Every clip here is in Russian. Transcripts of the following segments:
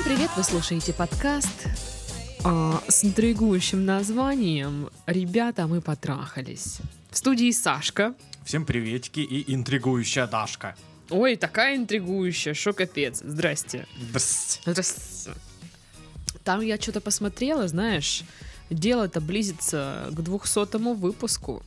привет! Вы слушаете подкаст с интригующим названием «Ребята, мы потрахались». В студии Сашка. Всем приветики и интригующая Дашка. Ой, такая интригующая, шо капец. Здрасте. Здрасте. Там я что-то посмотрела, знаешь, дело-то близится к 200-му выпуску.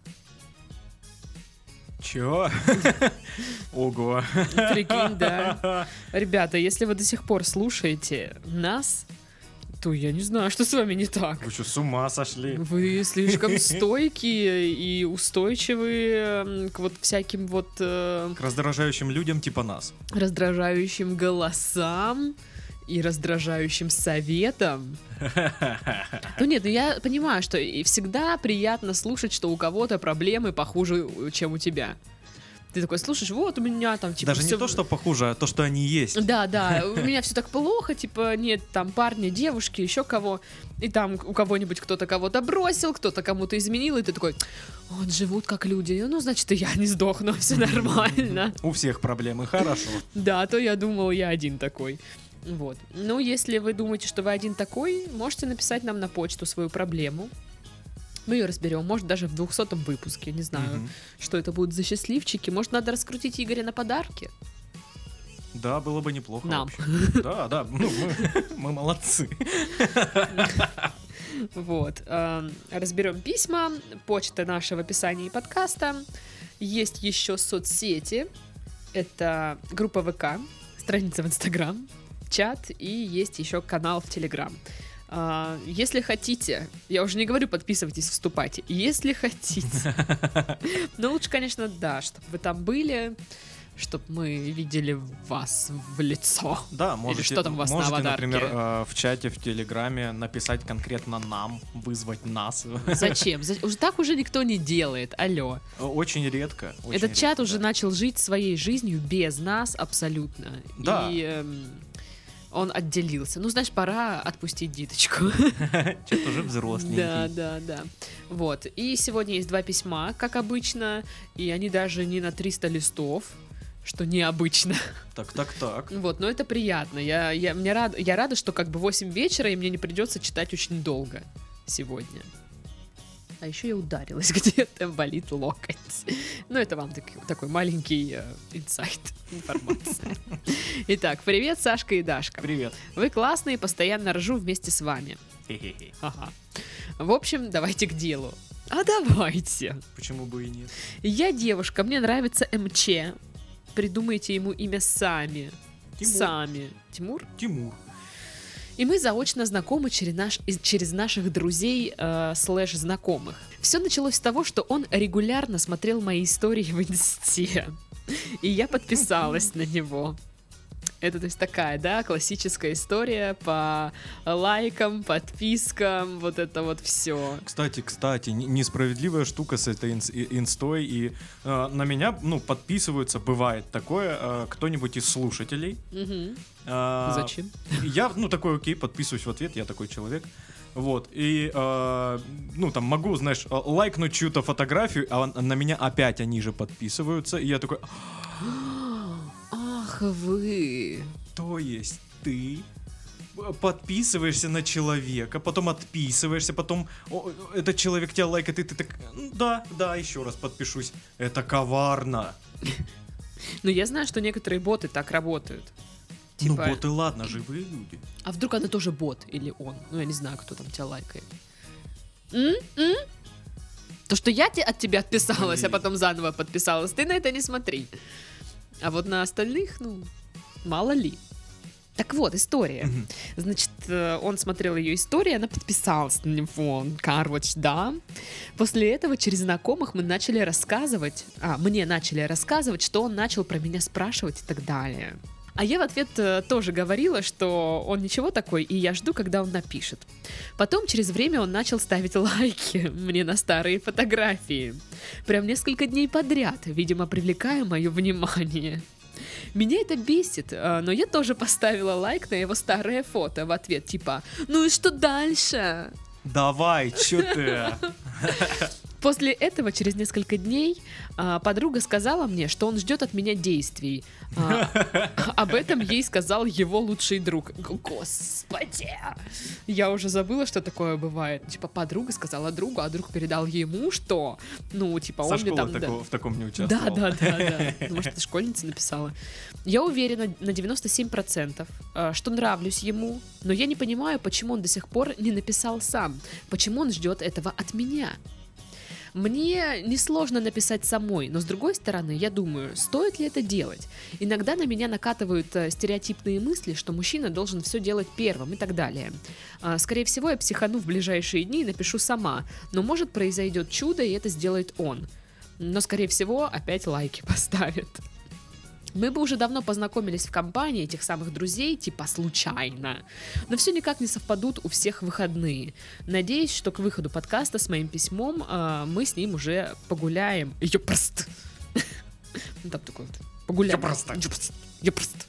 Чё? Ого. Прикинь, да. Ребята, если вы до сих пор слушаете нас, то я не знаю, что с вами не так. Вы что, с ума сошли? Вы слишком стойкие и устойчивые к вот всяким вот К раздражающим людям типа нас. раздражающим голосам и раздражающим советам. Ну нет, ну я понимаю, что и всегда приятно слушать, что у кого-то проблемы похуже, чем у тебя. Ты такой слушаешь, вот у меня там типа Даже не то, что похуже, а то, что они есть. Да, у меня все так плохо, типа нет там парня, девушки, еще кого, и там у кого-нибудь кто-то кого-то бросил, кто-то кому-то изменил, и ты такой, вот живут как люди, ну значит и я не сдохну, все нормально. У всех проблемы, хорошо. Да, а то я думал, я один такой. Вот. Ну, если вы думаете, что вы один такой, можете написать нам на почту свою проблему. Мы ее разберем, может, даже в 200-м выпуске. Не знаю, что это будут за счастливчики. Может, надо раскрутить Игоря на подарки? Да, было бы неплохо. Нам. Вообще. Да, ну, мы молодцы. Вот. Разберем письма. Почта наша в описании подкаста. Есть еще соцсети. Это группа ВК, страница в Инстаграм, чат и есть еще канал в Телеграм. Если хотите, я уже не говорю подписывайтесь, вступайте, если хотите, ну лучше, конечно, да, чтобы вы там были, чтобы мы видели вас в лицо. Да, можете, или что там у вас на аватарке. Например, в чате, в Телеграме написать конкретно нам, вызвать нас. Зачем? Уже так уже никто не делает, алло. Очень редко. Очень Этот чат редко, уже начал жить своей жизнью без нас абсолютно. Да. И он отделился. Ну, знаешь, пора отпустить Диточку. Чат уже взросленький. Да. Вот. И сегодня есть 2 письма, как обычно, и они даже не на 300 листов, что необычно. Так. Вот, но это приятно. Я рада, что как бы 8 вечера, и мне не придется читать очень долго сегодня. А еще я ударилась, где-то болит локоть. Ну, это вам такой маленький инсайт, информация. Итак, привет, Сашка и Дашка. Привет. Вы классные, постоянно ржу вместе с вами. Хе-хе-хе. Ага. В общем, давайте к делу. А давайте. Почему бы и нет? Я девушка, мне нравится МЧ. Придумайте ему имя сами. Тимур. Сами. Тимур? Тимур. И мы заочно знакомы через наших друзей /знакомых. Все началось с того, что он регулярно смотрел мои истории в Инсте. И я подписалась на него. Это, то есть, такая, да, классическая история по лайкам, подпискам, вот это вот все. Кстати, несправедливая штука с этой инстой, и на меня, подписываются, бывает такое, кто-нибудь из слушателей. Зачем? Я, такой, окей, подписываюсь в ответ, я такой человек. Вот, и, там могу, знаешь, лайкнуть чью-то фотографию, а на меня опять они же подписываются, и я такой... Ах вы! То есть ты подписываешься на человека, потом отписываешься, потом этот человек тебя лайкает, и ты так, да, еще раз подпишусь. Это коварно. Но я знаю, что некоторые боты так работают. Типа... боты, ладно, живые люди. А вдруг она тоже бот или он? Ну, я не знаю, кто там тебя лайкает. То, что я от тебя отписалась, а потом заново подписалась, ты на это не смотри. А вот на остальных, мало ли. Так вот, история. Значит, он смотрел ее историю, она подписалась на него. Короче, да. После этого через знакомых мне начали рассказывать, что он начал про меня спрашивать и так далее. А я в ответ тоже говорила, что он ничего такой, и я жду, когда он напишет. Потом через время он начал ставить лайки мне на старые фотографии. Прям несколько дней подряд, видимо, привлекая мое внимание. Меня это бесит, но я тоже поставила лайк на его старое фото в ответ, типа, ну и что дальше? Давай, чё ты? После этого, через несколько дней, подруга сказала мне, что он ждет от меня действий. Об этом ей сказал его лучший друг. Господи! Я уже забыла, что такое бывает. Типа, подруга сказала другу, а друг передал ему, что? Ну, типа, он мне там... в таком не участвовал. Да. Может, это школьница написала. Я уверена на 97%, что нравлюсь ему, но я не понимаю, почему он до сих пор не написал сам. Почему он ждет этого от меня? Мне несложно написать самой, но с другой стороны, я думаю, стоит ли это делать? Иногда на меня накатывают стереотипные мысли, что мужчина должен все делать первым и так далее. Скорее всего, я психану в ближайшие дни и напишу сама, но может произойдет чудо, и это сделает он. Но, скорее всего, опять лайки поставит. Мы бы уже давно познакомились в компании этих самых друзей, типа случайно. Но все никак не совпадут у всех выходные. Надеюсь, что к выходу подкаста с моим письмом мы с ним уже погуляем. Ёпрст. Ну там такой вот. Погуляем. Ёпрст.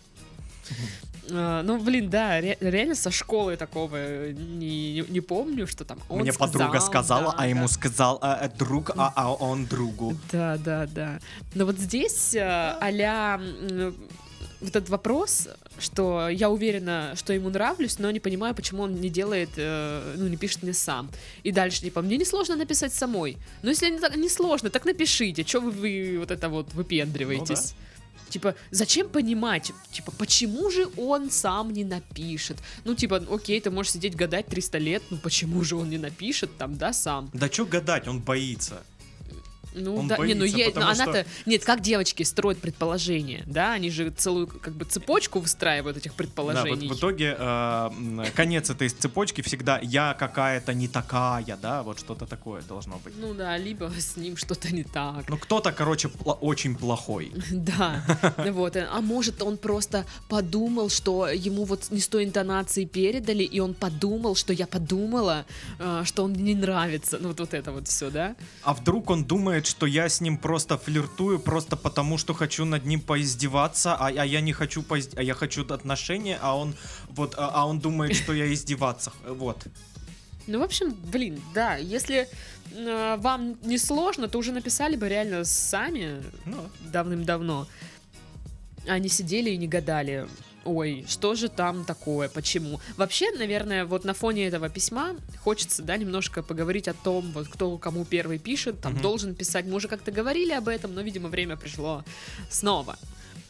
Ну, блин, да, реально со школы такого не помню, что там он Мне сказал, подруга сказала, да, а ему сказал друг, а он другу. Да. Но вот здесь а-ля вот этот вопрос, что я уверена, что ему нравлюсь, но не понимаю, почему он не делает, не пишет мне сам. И дальше, типа, мне несложно написать самой. Но если не сложно, так напишите. Чё вы вот это вот выпендриваетесь? Ну, да. Типа, зачем понимать, типа, почему же он сам не напишет? Ну, типа, окей, ты можешь сидеть гадать 300 лет, ну почему же он не напишет там, да, сам? Да чё гадать, он боится. Ну, он да, боится, она-то... Нет, как девочки строят предположения, да? Они же целую, как бы, цепочку выстраивают этих предположений. Да, вот в итоге конец этой цепочки всегда «я какая-то не такая», да? Вот что-то такое должно быть. Ну да, либо с ним что-то не так. Ну, кто-то, короче, очень плохой. Да, вот. А может, он просто подумал, что ему вот не с той интонацией передали, и он подумал, что я подумала, что он мне не нравится. Ну, вот это вот все, да? А вдруг он думает, что я с ним просто флиртую, просто потому, что хочу над ним поиздеваться, а я не хочу а я хочу отношения, а он думает, что я издеваться. Вот. Ну, в общем, блин, да, если вам не сложно, то уже написали бы реально сами давным-давно, а не сидели и не гадали. Ой, что же там такое, почему? Вообще, наверное, вот на фоне этого письма хочется, да, немножко поговорить о том, вот кто кому первый пишет, там, должен писать. Мы уже как-то говорили об этом, но, видимо, время пришло снова.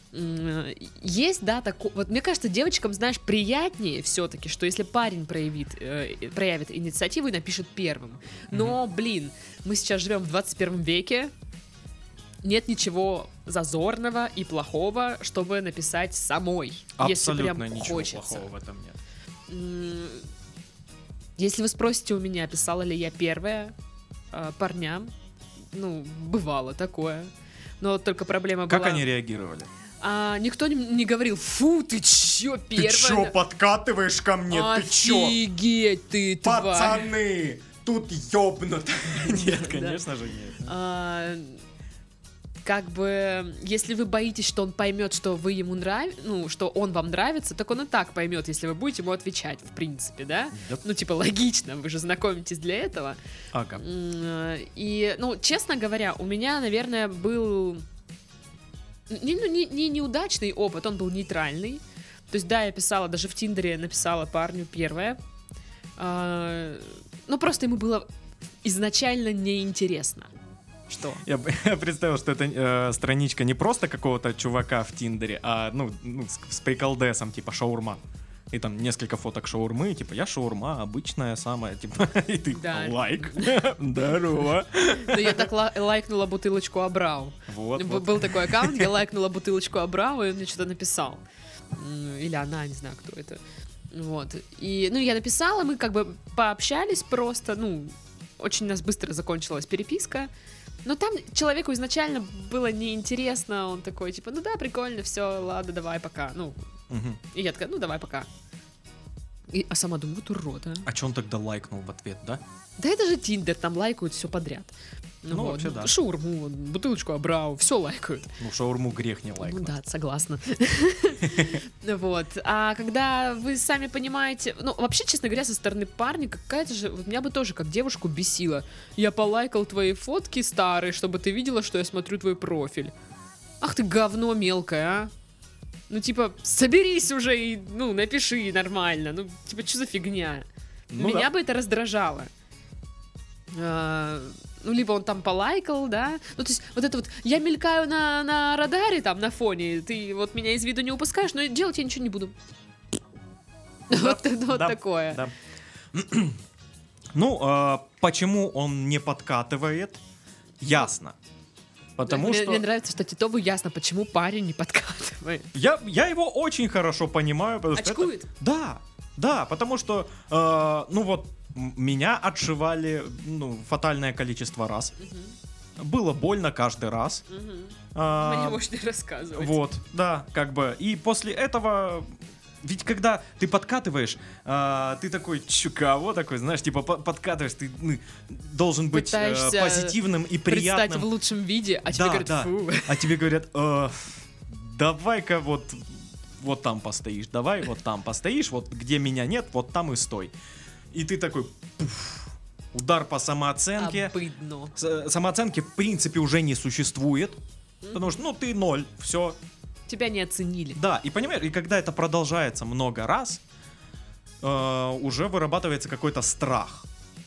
Есть, да, такой... Вот мне кажется, девочкам, знаешь, приятнее все-таки, что если парень проявит инициативу и напишет первым. Но, блин, мы сейчас живем в 21 веке, нет ничего зазорного и плохого, чтобы написать самой. Абсолютно если прям ничего хочется. плохого в этом нет. Если вы спросите у меня, писала ли я первая парням, ну, бывало такое. Но только проблема была... Как они реагировали? Никто не говорил: фу, ты чё, первая? Ты чё, подкатываешь ко мне? Ты чё? Офигеть, ты, тварь. Пацаны, тут ёбнут. Нет, конечно же нет. Как бы, если вы боитесь, что он поймет, что вы ему что он вам нравится, так он и так поймет, если вы будете ему отвечать, в принципе, да? Yep. Ну, типа, логично, вы же знакомитесь для этого. Ага. И, честно говоря, у меня, наверное, был не неудачный опыт, он был нейтральный. То есть, да, я писала, даже в Тиндере написала парню первое. Но просто ему было изначально неинтересно. Что? Я представил, что это страничка не просто какого-то чувака в Тиндере, а с приколдесом, типа шаурма. И там несколько фоток шаурмы, типа я шаурма, обычная самая, типа, и ты лайк. Здорово. Ну я так лайкнула бутылочку Абрау. Вот. Был такой аккаунт, я лайкнула бутылочку Абрау, и он мне что-то написал. Или она, не знаю, кто это. Вот. И, я написала, мы как бы пообщались просто, очень у нас быстро закончилась переписка. Но там человеку изначально было неинтересно, он такой, типа, да, прикольно, все, ладно, давай, пока, И я такая, давай, пока. А сама думаю, вот урод, а. А чё он тогда лайкнул в ответ, да? Да это же Тиндер, там лайкают все подряд. Ну, вообще, да. Шаурму, вот, бутылочку Абрау, все лайкают. Ну, шаурму грех не лайкнуть. Ну да, согласна. Вот. А когда вы сами понимаете... Ну, вообще, честно говоря, со стороны парня какая-то же... Вот меня бы тоже как девушку бесило. Я полайкал твои фотки старые, чтобы ты видела, что я смотрю твой профиль. Ах ты говно мелкое, а! Ну, типа, соберись уже и, ну, напиши нормально. Ну, типа, что за фигня? Ну, Меня да. бы это раздражало. Ну, либо он там полайкал, да. Ну, то есть, вот это вот, я мелькаю на радаре, там, на фоне, ты вот меня из виду не упускаешь, но делать я ничего не буду. Вот да, такое. Да. Ну, почему он не подкатывает? Ясно. Потому что... Мне нравится, что Титову ясно, почему парень не подкатывает. Я его очень хорошо понимаю. Потому что Очкует? Да, потому что, ну вот, меня отшивали, ну, фатальное количество раз. Было больно каждый раз. Мне можешь не рассказывать. Вот, да, как бы. И после этого... Ведь когда ты подкатываешь, ты такой, кого такой, знаешь, типа подкатываешь, ты должен быть Пытаешься позитивным и предстать приятным. в лучшем виде, а тебе Да, говорят, да. фу. А тебе говорят, давай-ка вот там постоишь, давай вот там постоишь, вот где меня нет, вот там и стой. И ты такой, пуф, удар по самооценке. Обыдно. Самооценки в принципе уже не существует, потому что, ну, ты ноль, все. Тебя не оценили. Да, и понимаешь, и когда это продолжается много раз, уже вырабатывается какой-то страх.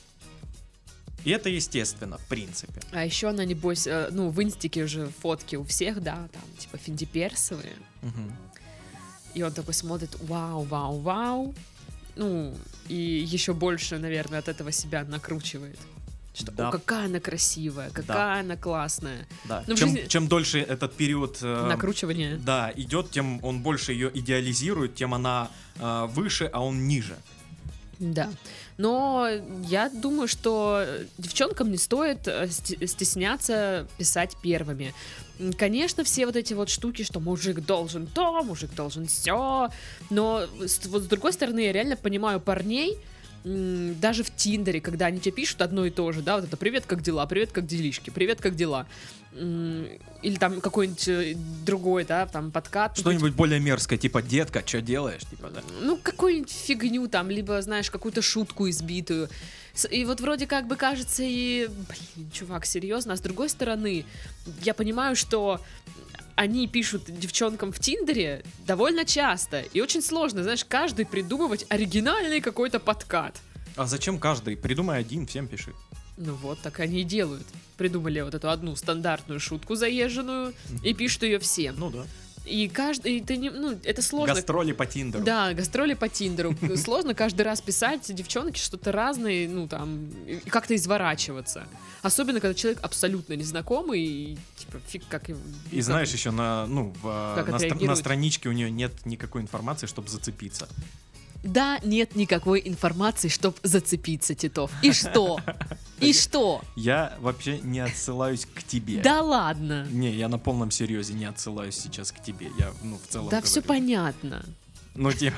И это естественно, в принципе. А еще она, небось, ну, в инстике уже фотки у всех, да, там, типа, финдиперсовые. Мгм. И он такой смотрит, вау, вау, вау. Ну, и еще больше, наверное, от этого себя накручивает. Что, Да. о, какая она красивая, какая она классная. Да. Ну, в чем, жизни- чем дольше этот период Накручивание. да, идет, тем он больше ее идеализирует, тем она выше, а он ниже. Да. Но я думаю, что девчонкам не стоит стесняться писать первыми. Конечно, все вот эти вот штуки, что мужик должен то, мужик должен все. Но вот с другой стороны, я реально понимаю парней, даже в Тиндере, когда они тебе пишут одно и то же, да, вот это «Привет, как дела?», «Привет, как делишки?», «Привет, как дела?», или там какой-нибудь другой, да, там подкат. Что-нибудь более мерзкое, типа «Детка, что делаешь?» типа, да. Ну, какую-нибудь фигню там, либо, знаешь, какую-то шутку избитую. И вот вроде как бы кажется и... Блин, чувак, серьезно? А с другой стороны, я понимаю, что они пишут девчонкам в Тиндере довольно часто. И очень сложно, знаешь, каждый придумывать оригинальный какой-то подкат. А зачем каждый? Придумай один, всем пиши. Ну вот, так они и делают. Придумали вот эту одну стандартную шутку заезженную и пишут ее всем. Ну да. И каждый... и ты не, ну, это сложно. Гастроли по Тиндеру. Да, гастроли по Тиндеру. Сложно каждый раз писать девчонке что-то разное, ну там, и как-то изворачиваться. Особенно, когда человек абсолютно незнакомый, и типа фиг как... И знаешь, еще на отреагировать? страничке у нее нет никакой информации, чтобы зацепиться. Да, нет никакой информации, чтобы зацепиться, Титов. И что? И что? Я вообще не отсылаюсь к тебе. Да ладно. Не, я на полном серьезе не отсылаюсь сейчас к тебе. Я, ну, в целом Да говорю. все понятно. Ну, типа...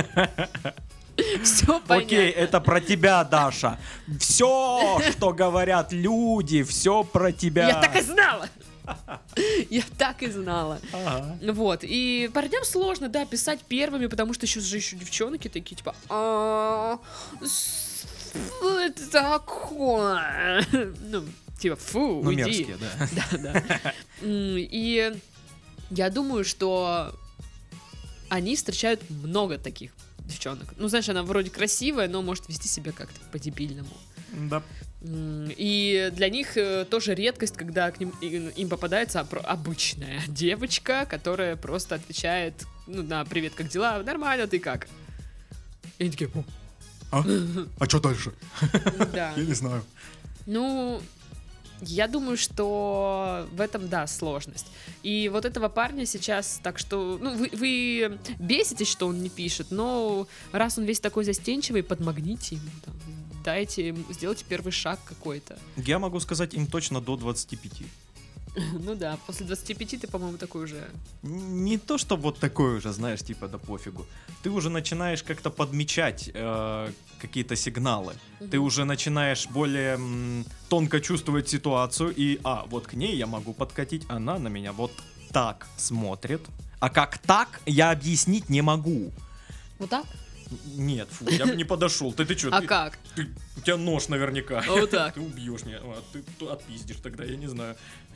Все понятно. Окей, это про тебя, Даша. Все, что говорят люди, все про тебя. Я так и знала! Я так и знала. Ага. Вот, и парням сложно, да, писать первыми, потому что еще девчонки такие, типа, что это такое? Ну, типа, фу, Ну, уйди. мерзкие, да. Да, да. И я думаю, что они встречают много таких девчонок. Ну, знаешь, она вроде красивая, но может вести себя как-то по-дебильному. Да. И для них тоже редкость, когда к ним им попадается обычная девочка, которая просто отвечает, ну, на «Привет, как дела?» «Нормально, ты как?» И они такие: «О». А что дальше? Да. Я не знаю. Ну, я думаю, что в этом, да, сложность. И вот этого парня сейчас, так что, ну, вы беситесь, что он не пишет, но раз он весь такой застенчивый, подмагните ему, там, дайте ему, сделайте первый шаг какой-то. Я могу сказать им точно до 25. Ну да, после 25 ты, по-моему, такой уже... Не то, что вот такой уже, знаешь, типа, да пофигу. Ты уже начинаешь как-то подмечать какие-то сигналы. Ты уже начинаешь более тонко чувствовать ситуацию. И, вот к ней я могу подкатить, она на меня вот так смотрит. А как так, я объяснить не могу. Вот так? Нет, фу, я бы не подошел. Ты что? Как? У тебя нож наверняка. Вот так. Ты убьешь меня. Ты отпиздишь тогда, я не знаю.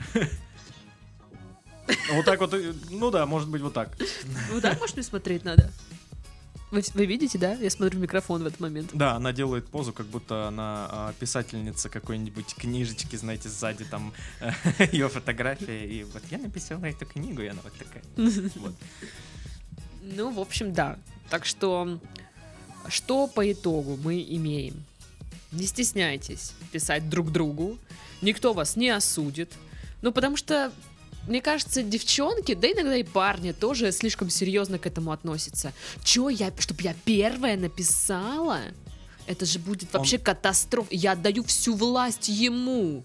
Вот так вот, ну да, может быть вот так. Вот так, может, мне смотреть надо? Вы видите, да? Я смотрю в микрофон в этот момент. Да, она делает позу, как будто она писательница какой-нибудь книжечки, знаете, сзади там ее фотография. И вот я написала эту книгу, и она вот такая. Вот. Ну, в общем, да. Так что по итогу мы имеем? Не стесняйтесь писать друг другу. Никто вас не осудит. Ну, потому что, мне кажется, девчонки, да иногда и парни тоже слишком серьезно к этому относятся. Чтоб я первая написала? Это же будет вообще катастрофа. Я отдаю всю власть ему.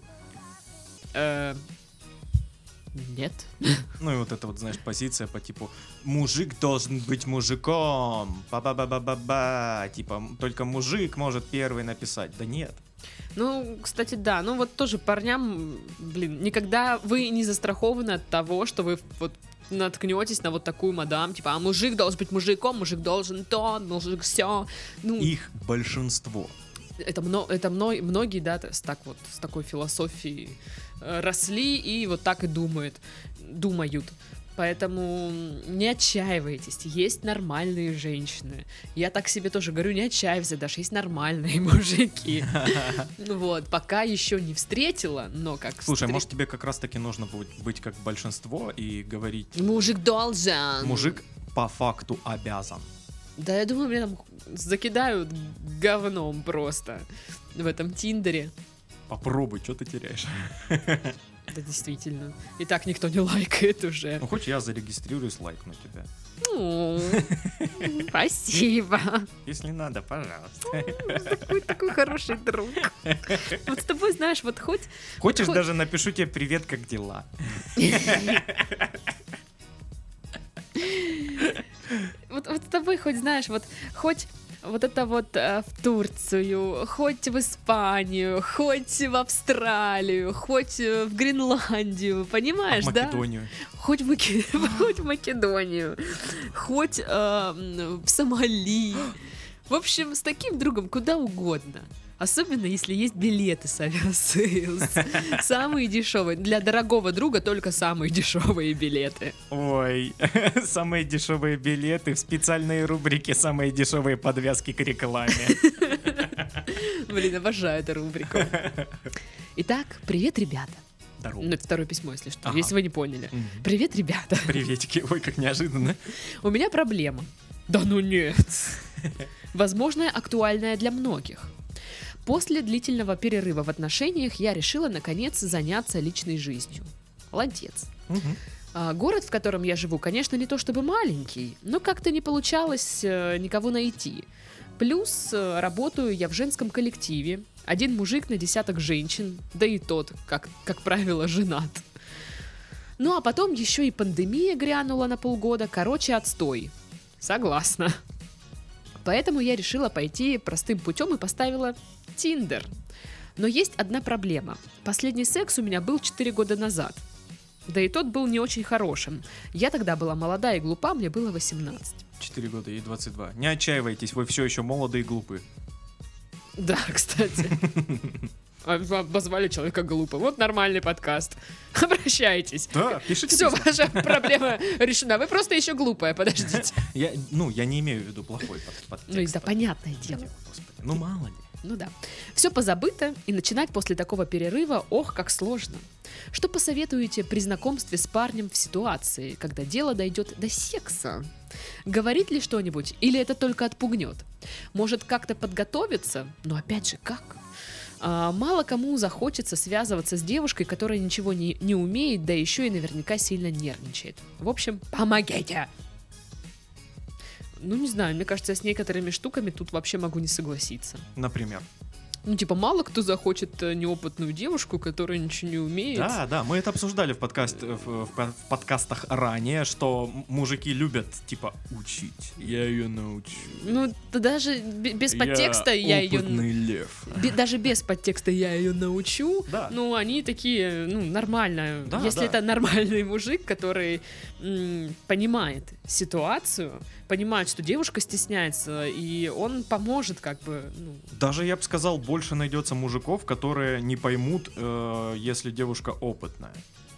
Нет. Ну и вот эта вот, знаешь, позиция по типу мужик должен быть мужиком. Ба-ба-ба-ба-ба-ба. Типа, только мужик может первый написать. Да нет. Ну, кстати, да. Ну вот тоже парням, никогда вы не застрахованы от того, что вы вот наткнетесь на вот такую мадам, типа, а мужик должен быть мужиком, мужик должен то, мужик все. Ну, их большинство. Многие, да, с такой философией росли и вот так и думают. Поэтому не отчаивайтесь, есть нормальные женщины. Я так себе тоже говорю, не отчаивайся, даже есть нормальные мужики. Вот, пока еще не встретила, но как Слушай, может тебе как раз таки нужно будет быть как большинство и говорить... Мужик должен. Мужик по факту обязан. Да, я думаю, меня там закидают говном просто в этом Тиндере. Попробуй, что ты теряешь? Да, действительно. И так никто не лайкает уже. Ну, хоть я зарегистрируюсь, лайкну тебя. Спасибо. Если надо, пожалуйста. Такой хороший друг. Вот с тобой, знаешь, вот хоть... Хочешь, даже напишу тебе привет, как дела. Вот с тобой хоть, знаешь, хоть вот это вот в Турцию, хоть в Испанию, хоть в Австралию, хоть в Гренландию, понимаешь, да? Македонию. Хоть в Македонию, хоть в Сомали. В общем, с таким другом куда угодно. Особенно, если есть билеты с авиасейлс. Самые дешевые. Для дорогого друга только самые дешевые билеты. Ой, самые дешевые билеты в специальной рубрике «Самые дешевые подвязки к рекламе». Блин, обожаю эту рубрику. Итак, привет, ребята. Здорово. Ну, это второе письмо, если что, Ага. если вы не поняли. Привет, ребята. Приветики. Ой, как неожиданно. У меня проблема. Да ну нет. Возможно, актуальная для многих. После длительного перерыва в отношениях я решила, наконец, заняться личной жизнью. Молодец. Город, в котором я живу, конечно, не то чтобы маленький, но как-то не получалось никого найти. Плюс работаю я в женском коллективе. Один мужик на десяток женщин, да и тот, как правило, женат. Ну а потом еще и пандемия грянула на полгода. Короче, отстой. Согласна. Поэтому я решила пойти простым путем и поставила Тиндер. Но есть одна проблема. Последний секс у меня был 4 года назад. Да и тот был не очень хорошим. Я тогда была молода и глупа, мне было 18. 4 года и 22. Не отчаивайтесь, вы все еще молоды и глупы. Да, кстати. Обозвали человека глупым. Вот нормальный подкаст. Обращайтесь. Да, пишите. Все, ваша проблема решена. Вы просто еще глупая, подождите. Я не имею в виду плохой подтекст. Ну, да, понятное дело. Господи, ну мало ли. Ну да. Все позабыто, и начинать после такого перерыва, ох, как сложно. Что посоветуете при знакомстве с парнем в ситуации, когда дело дойдет до секса? Говорить ли что-нибудь, или это только отпугнет? Может, как-то подготовиться? Но опять же, как? Мало кому захочется связываться с девушкой, которая ничего не умеет, да еще и наверняка сильно нервничает. В общем, помогите! Ну, не знаю, мне кажется, с некоторыми штуками тут вообще могу не согласиться. Например. Ну, типа, мало кто захочет неопытную девушку, которая ничего не умеет. Да, мы это обсуждали в подкастах ранее, что мужики любят, типа, учить. Я ее научу. Ну, даже без подтекста я ее... опытный лев. Даже без подтекста я ее научу. Да. Ну, они такие, ну, нормально. Да, Если да. это нормальный мужик, который понимает ситуацию, понимает, что девушка стесняется, и он поможет, как бы, ну... Даже, я бы сказал, больше найдется мужиков, которые не поймут, если девушка опытная.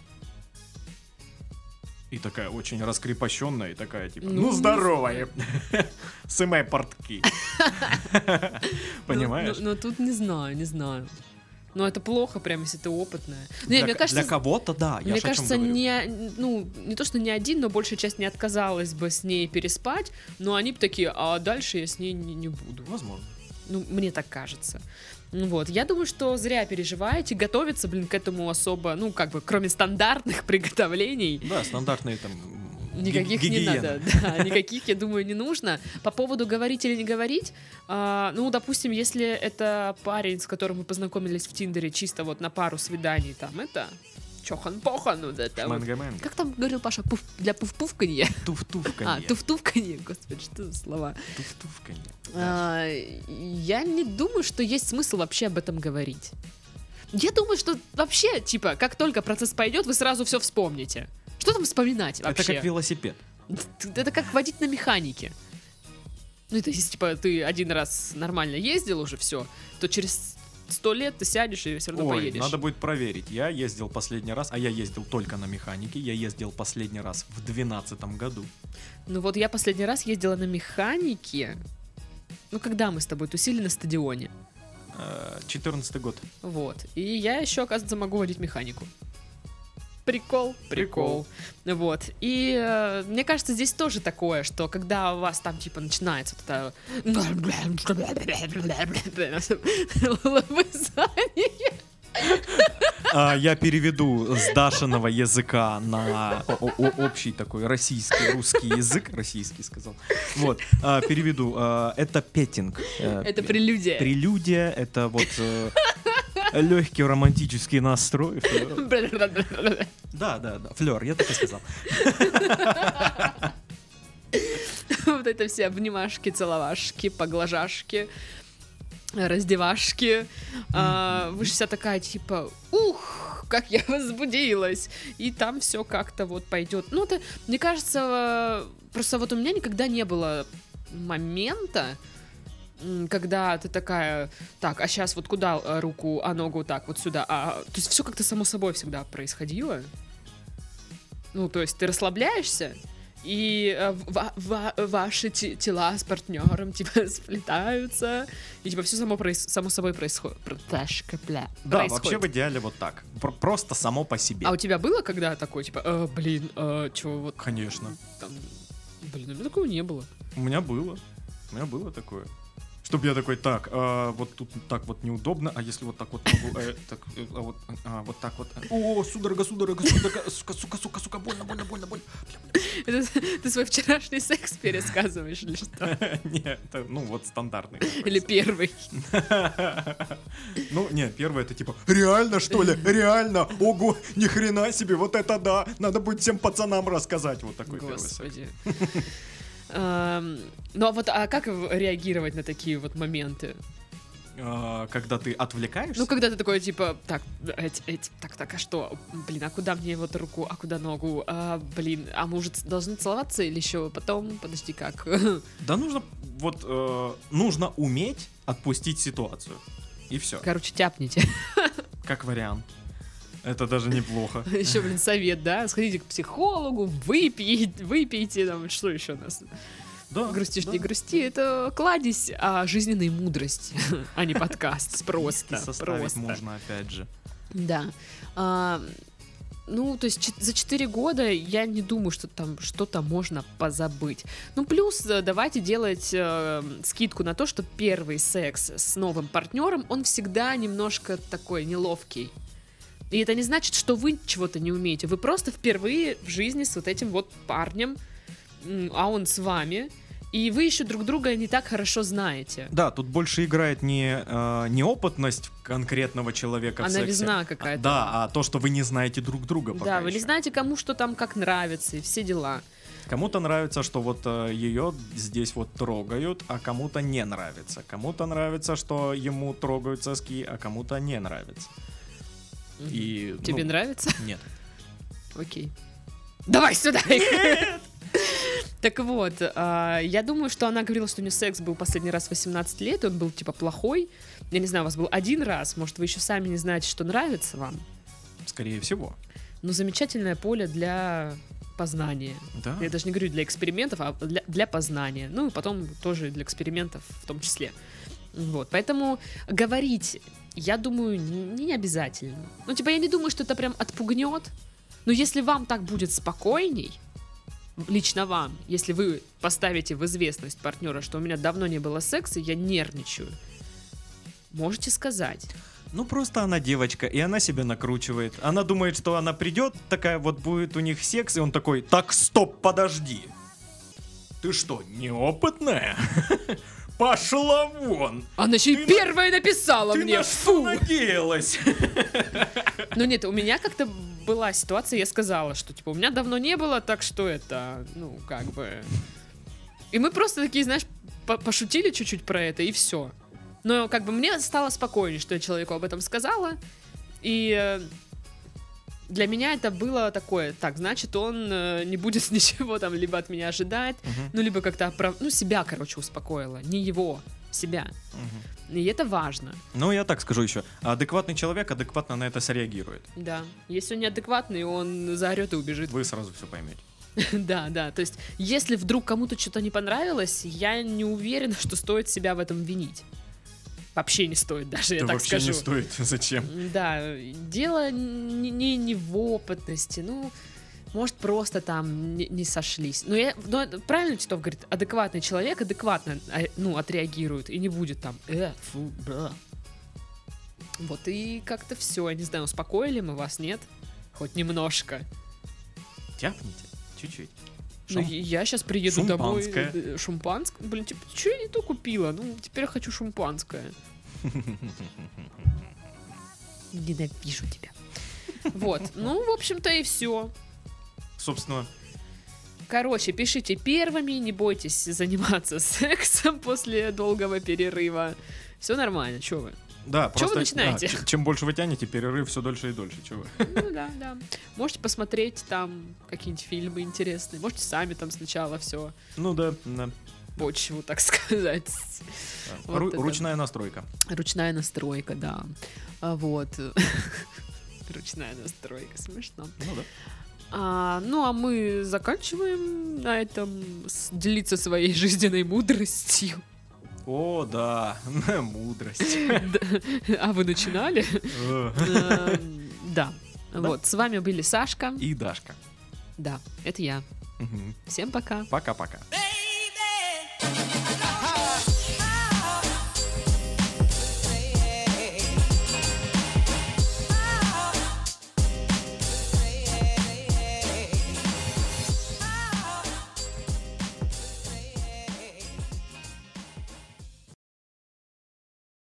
И такая очень раскрепощенная, и такая, типа, ну здорово, сымай портки. Понимаешь? Но тут не знаю. Но это плохо, прям, если ты опытная. Не, мне кажется, для кого-то, да, я мне ж о чём кажется, говорю. не то, что ни один, но большая часть не отказалась бы с ней переспать, но они бы такие, а дальше я с ней не буду. Возможно. Ну, мне так кажется. Ну вот, я думаю, что зря переживаете, готовиться, блин, к этому особо, ну, как бы, кроме стандартных приготовлений, Да, стандартные там никаких не гигиена. надо, да, никаких, я думаю, не нужно. По поводу говорить или не говорить, ну, допустим, если это парень, с которым вы познакомились в Тиндере чисто вот на пару свиданий, там, это чохан-похан, вот это вот. Шмэнгэ-мэнгэ. Как там говорил Паша, для пуф-пуфканья? Туф-туфканье. Туф-туфканье, господи, что за слова? Туф-туфканье. Я не думаю, что есть смысл вообще об этом говорить. Я думаю, что вообще, типа, как только процесс пойдет, вы сразу все вспомните. Что там вспоминать вообще? Это как велосипед. Это как водить на механике. Ну, это если, типа, ты один раз нормально ездил уже все, то через 100 лет ты сядешь и все равно Ой, поедешь. надо будет проверить. Я ездил последний раз, а я ездил только на механике. Я ездил последний раз в 2012 году. Ну вот я последний раз ездила на механике. Ну, когда мы с тобой тусили на стадионе. 14 год. Вот. И я еще, оказывается, могу водить механику. Прикол. Вот. И мне кажется, здесь тоже такое, что когда у вас там, типа, начинается вот это лобызание. Я переведу с Дашиного языка на общий такой российский, русский язык. Российский сказал. Вот. Переведу. Это петинг. Это прелюдия. Прелюдия. Это вот легкий романтический настрой. Да. Флёр, я так и сказал. Вот это все обнимашки, целовашки, поглажашки, раздевашки. Вы же вся такая, типа, ух, как я возбудилась. И там все как-то вот пойдет. Ну, это, мне кажется, просто вот у меня никогда не было момента, когда ты такая, так, а сейчас вот куда руку, а ногу так, вот сюда. То есть все как-то само собой всегда происходило. Ну, то есть ты расслабляешься, и ваши тела с партнером, типа, сплетаются, и, типа, все само собой происходит. Да, вообще в идеале вот так. Просто само по себе. А у тебя было когда такое, типа, чего вот... Конечно. Там, блин, у меня такого не было. У меня было такое. Чтобы я такой, так, вот тут так вот неудобно, а если вот так вот могу, вот так вот. О, судорога, сука, больно. Это ты свой вчерашний секс пересказываешь или что? Нет, это, ну вот стандартный. Или первый? Ну, нет, первый это типа, реально что ли? Реально? Ого, ни хрена себе, вот это да! Надо будет всем пацанам рассказать. Вот такой первый секс. Господи. Ну, а вот, а как реагировать на такие вот моменты? Когда ты отвлекаешься? Ну, когда ты такой, типа, так, а что? Блин, а куда мне вот руку, а куда ногу? Блин, а мы уже должны целоваться или еще потом? Подожди, как? Да нужно уметь отпустить ситуацию. И все. Короче, тяпните. Как вариант. Это даже неплохо. Еще, блин, совет, да? Сходите к психологу, выпейте, там, что еще у нас? Да, Грустишь, да. не грусти, это кладезь жизненной мудрости, а не подкаст. Просто. Составить можно, опять же. Да. Ну, то есть за 4 года я не думаю, что там что-то можно позабыть. Ну, плюс давайте делать скидку на то, что первый секс с новым партнером, он всегда немножко такой неловкий. И это не значит, что вы чего-то не умеете. Вы просто впервые в жизни с вот этим вот парнем, а он с вами. и вы еще друг друга не так хорошо знаете. Да, тут больше играет не неопытность конкретного человека в А сексе. новизна какая-то. Да, а то, что вы не знаете друг друга пока Да, вы не еще. знаете, кому что там как нравится и все дела. Кому-то нравится, что вот ее здесь вот трогают, а кому-то не нравится. Кому-то нравится, что ему трогают соски, а кому-то не нравится. И, Тебе ну, нравится? Нет. Окей. Давай сюда их! Так вот, я думаю, что она говорила, что у нее секс был последний раз в 18 лет, и он был типа плохой. Я не знаю, у вас был один раз, может, вы еще сами не знаете, что нравится вам. Скорее всего. Но замечательное поле для познания. Да. Я даже не говорю для экспериментов, а для познания. Ну и потом тоже для экспериментов в том числе. Вот, поэтому говорить, я думаю, не обязательно. Ну, типа, я не думаю, что это прям отпугнет. Но если вам так будет спокойней, лично вам, если вы поставите в известность партнера, что у меня давно не было секса, я нервничаю, можете сказать. Ну, просто она девочка, и она себя накручивает. Она думает, что она придет, такая вот будет у них секс, и он такой: так, стоп, подожди. Ты что, неопытная? Пошла вон! Она еще и первая написала Ты мне, на что фу! надеялась? Ну нет, у меня как-то была ситуация, я сказала, что типа у меня давно не было, так что это, ну, как бы... И мы просто такие, знаешь, пошутили чуть-чуть про это, и все. Но как бы мне стало спокойнее, что я человеку об этом сказала, и для меня это было такое, так, значит, он не будет ничего там либо от меня ожидать, ну, либо как-то, ну, себя, короче, успокоила, не его, себя. И это важно. Ну, я так скажу еще. Адекватный человек адекватно на это среагирует. Да. Если он неадекватный, он заорет и убежит. Вы сразу все поймете. Да, да. То есть, если вдруг кому-то что-то не понравилось, я не уверена, что стоит себя в этом винить. Вообще не стоит, даже я Да так вообще скажу. не стоит. Зачем? Да, дело не в опытности, ну, может, просто там не сошлись. Но правильно Титов говорит, адекватный человек адекватно, ну, отреагирует и не будет там, фу, бра. Вот и как-то все, я не знаю, успокоили мы вас, нет? Хоть немножко. Тяпните. Чуть-чуть. Ну, я сейчас приеду домой. Шампанское. Шампанское? Блин, типа, что я не то купила? Ну, теперь я хочу шампанское. Ненавижу тебя. Вот, ну, в общем-то, и все. Собственно, Короче, пишите первыми, не бойтесь заниматься сексом после долгого перерыва. Все нормально, что вы? да, Чё вы просто начинаете? Чем больше вы тянете, перерыв все дольше и дольше. Чего вы? Ну да, да. Можете посмотреть там какие-нибудь фильмы интересные. Можете сами там сначала все Ну да. почву, так сказать. Вот это. Ручная настройка. Ручная настройка, да. Вот. Ручная настройка, смешно. Ну да. Ну, а мы заканчиваем на этом делиться своей жизненной мудростью. О, да, мудрость. А вы начинали? Да. Вот, с вами были Сашка. И Дашка. Да, это я. Мгм. Всем пока. Пока-пока. Baby,